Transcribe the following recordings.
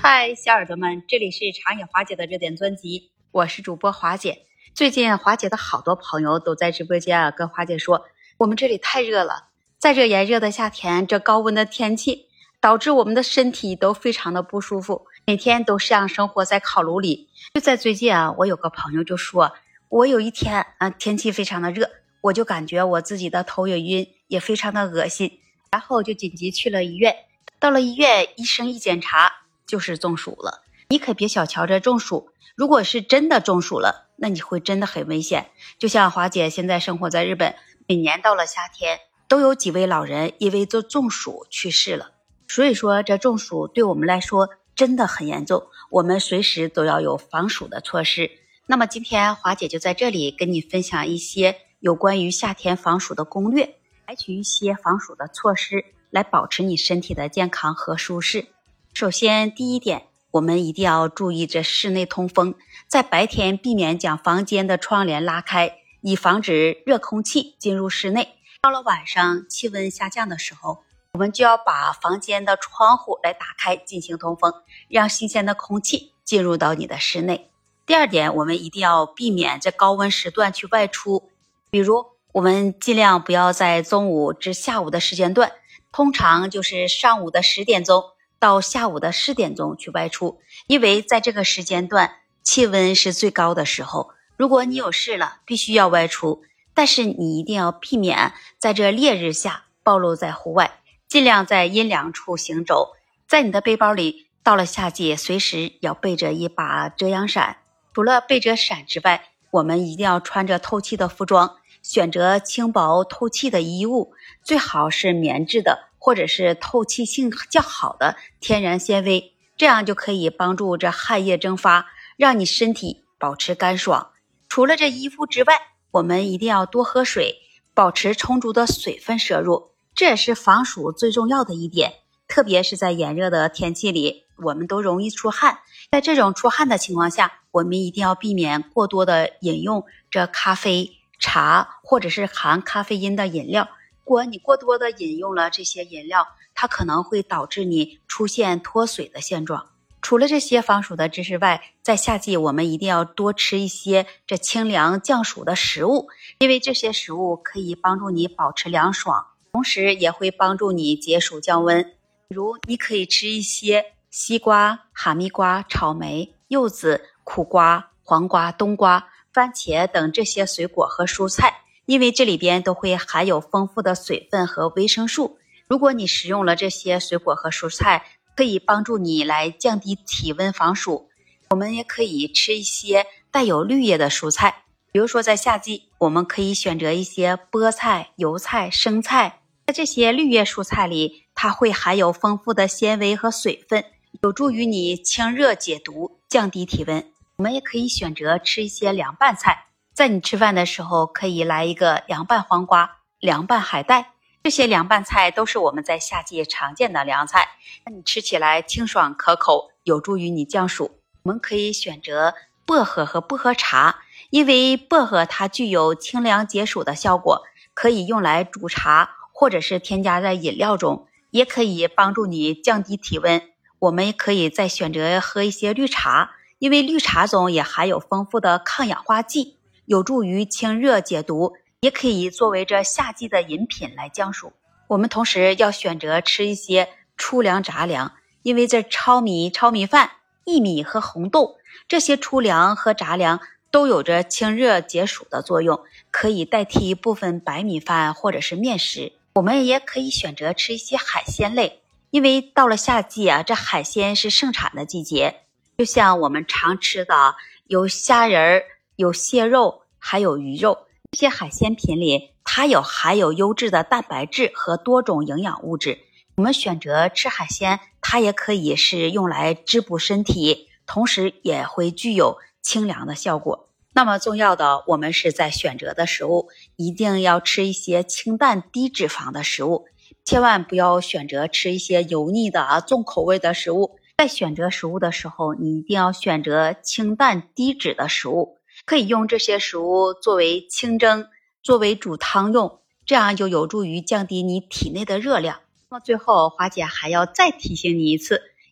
嗨，小耳朵们，这里是长野华姐的热点专辑，我是主播华姐。最近华姐的好多朋友都在直播间跟华姐说，我们这里太热了，在这炎热的夏天，这高温的天气导致我们的身体都非常的不舒服，每天都像生活在烤炉里。就在最近我有个朋友就说，我有一天天气非常的热，我就感觉我自己的头也晕，也非常的恶心，然后就紧急去了医院。到了医院，医生一检查就是中暑了。你可别小瞧这中暑，如果是真的中暑了，那你会真的很危险。就像华姐现在生活在日本，每年到了夏天都有几位老人因为这中暑去世了。所以说这中暑对我们来说真的很严重，我们随时都要有防暑的措施。那么今天华姐就在这里跟你分享一些有关于夏天防暑的攻略，采取一些防暑的措施来保持你身体的健康和舒适。首先第一点，我们一定要注意这室内通风，在白天避免将房间的窗帘拉开，以防止热空气进入室内。到了晚上气温下降的时候，我们就要把房间的窗户来打开进行通风，让新鲜的空气进入到你的室内。第二点，我们一定要避免这高温时段去外出，比如我们尽量不要在中午至下午的时间段，通常就是上午的10点钟到下午的4点钟去外出，因为在这个时间段气温是最高的时候，如果你有事了必须要外出，但是你一定要避免在这烈日下暴露在户外，尽量在阴凉处行走。在你的背包里，到了夏季随时要备着一把遮阳伞。除了备着伞之外，我们一定要穿着透气的服装，选择轻薄透气的衣物，最好是棉质的或者是透气性较好的天然纤维，这样就可以帮助这汗液蒸发，让你身体保持干爽。除了这衣服之外，我们一定要多喝水，保持充足的水分摄入，这也是防暑最重要的一点。特别是在炎热的天气里，我们都容易出汗，在这种出汗的情况下，我们一定要避免过多的饮用这咖啡、茶或者是含咖啡因的饮料。如果你过多的饮用了这些饮料，它可能会导致你出现脱水的现状。除了这些防暑的知识外，在夏季我们一定要多吃一些这清凉降暑的食物，因为这些食物可以帮助你保持凉爽，同时也会帮助你解暑降温。比如你可以吃一些西瓜、哈密瓜、草莓、柚子、苦瓜、黄瓜、冬瓜、番茄等这些水果和蔬菜，因为这里边都会含有丰富的水分和维生素。如果你食用了这些水果和蔬菜，可以帮助你来降低体温防暑。我们也可以吃一些带有绿叶的蔬菜，比如说在夏季，我们可以选择一些菠菜、油菜、生菜。在这些绿叶蔬菜里，它会含有丰富的纤维和水分，有助于你清热解毒，降低体温。我们也可以选择吃一些凉拌菜，在你吃饭的时候可以来一个凉拌黄瓜、凉拌海带，这些凉拌菜都是我们在夏季常见的凉菜，那你吃起来清爽可口，有助于你降暑。我们可以选择薄荷和薄荷茶，因为薄荷它具有清凉解暑的效果，可以用来煮茶或者是添加在饮料中，也可以帮助你降低体温。我们也可以再选择喝一些绿茶，因为绿茶中也含有丰富的抗氧化剂，有助于清热解毒，也可以作为这夏季的饮品来降暑。我们同时要选择吃一些粗粮杂粮，因为这糙米、糙米饭、薏米和红豆这些粗粮和杂粮都有着清热解暑的作用，可以代替部分白米饭或者是面食。我们也可以选择吃一些海鲜类，因为到了夏季这海鲜是盛产的季节，就像我们常吃的有虾仁、有蟹肉还有鱼肉，这些海鲜品里它含有优质的蛋白质和多种营养物质。我们选择吃海鲜，它也可以是用来滋补身体，同时也会具有清凉的效果。那么重要的，我们是在选择的食物一定要吃一些清淡低脂肪的食物，千万不要选择吃一些油腻的重口味的食物。在选择食物的时候，你一定要选择清淡低脂的食物，可以用这些食物作为清蒸，作为煮汤用，这样就有助于降低你体内的热量。那么最后华姐还要再提醒你一次，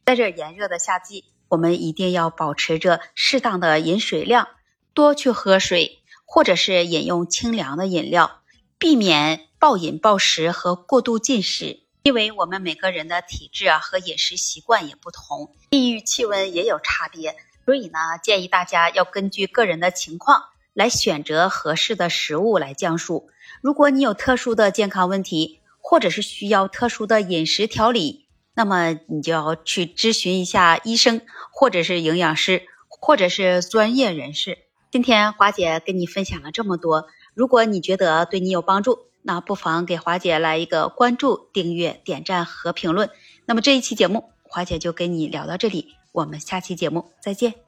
在这炎热的夏季，我们一定要保持着适当的饮水量，多去喝水，或者是饮用清凉的饮料，避免暴饮暴食和过度进食。因为我们每个人的体质和饮食习惯也不同，地域气温也有差别，所以呢，建议大家要根据个人的情况来选择合适的食物来降暑。如果你有特殊的健康问题，或者是需要特殊的饮食调理，那么你就要去咨询一下医生，或者是营养师，或者是专业人士。今天华姐跟你分享了这么多，如果你觉得对你有帮助，那不妨给华姐来一个关注、订阅、点赞和评论。那么这一期节目华姐就跟你聊到这里，我们下期节目再见。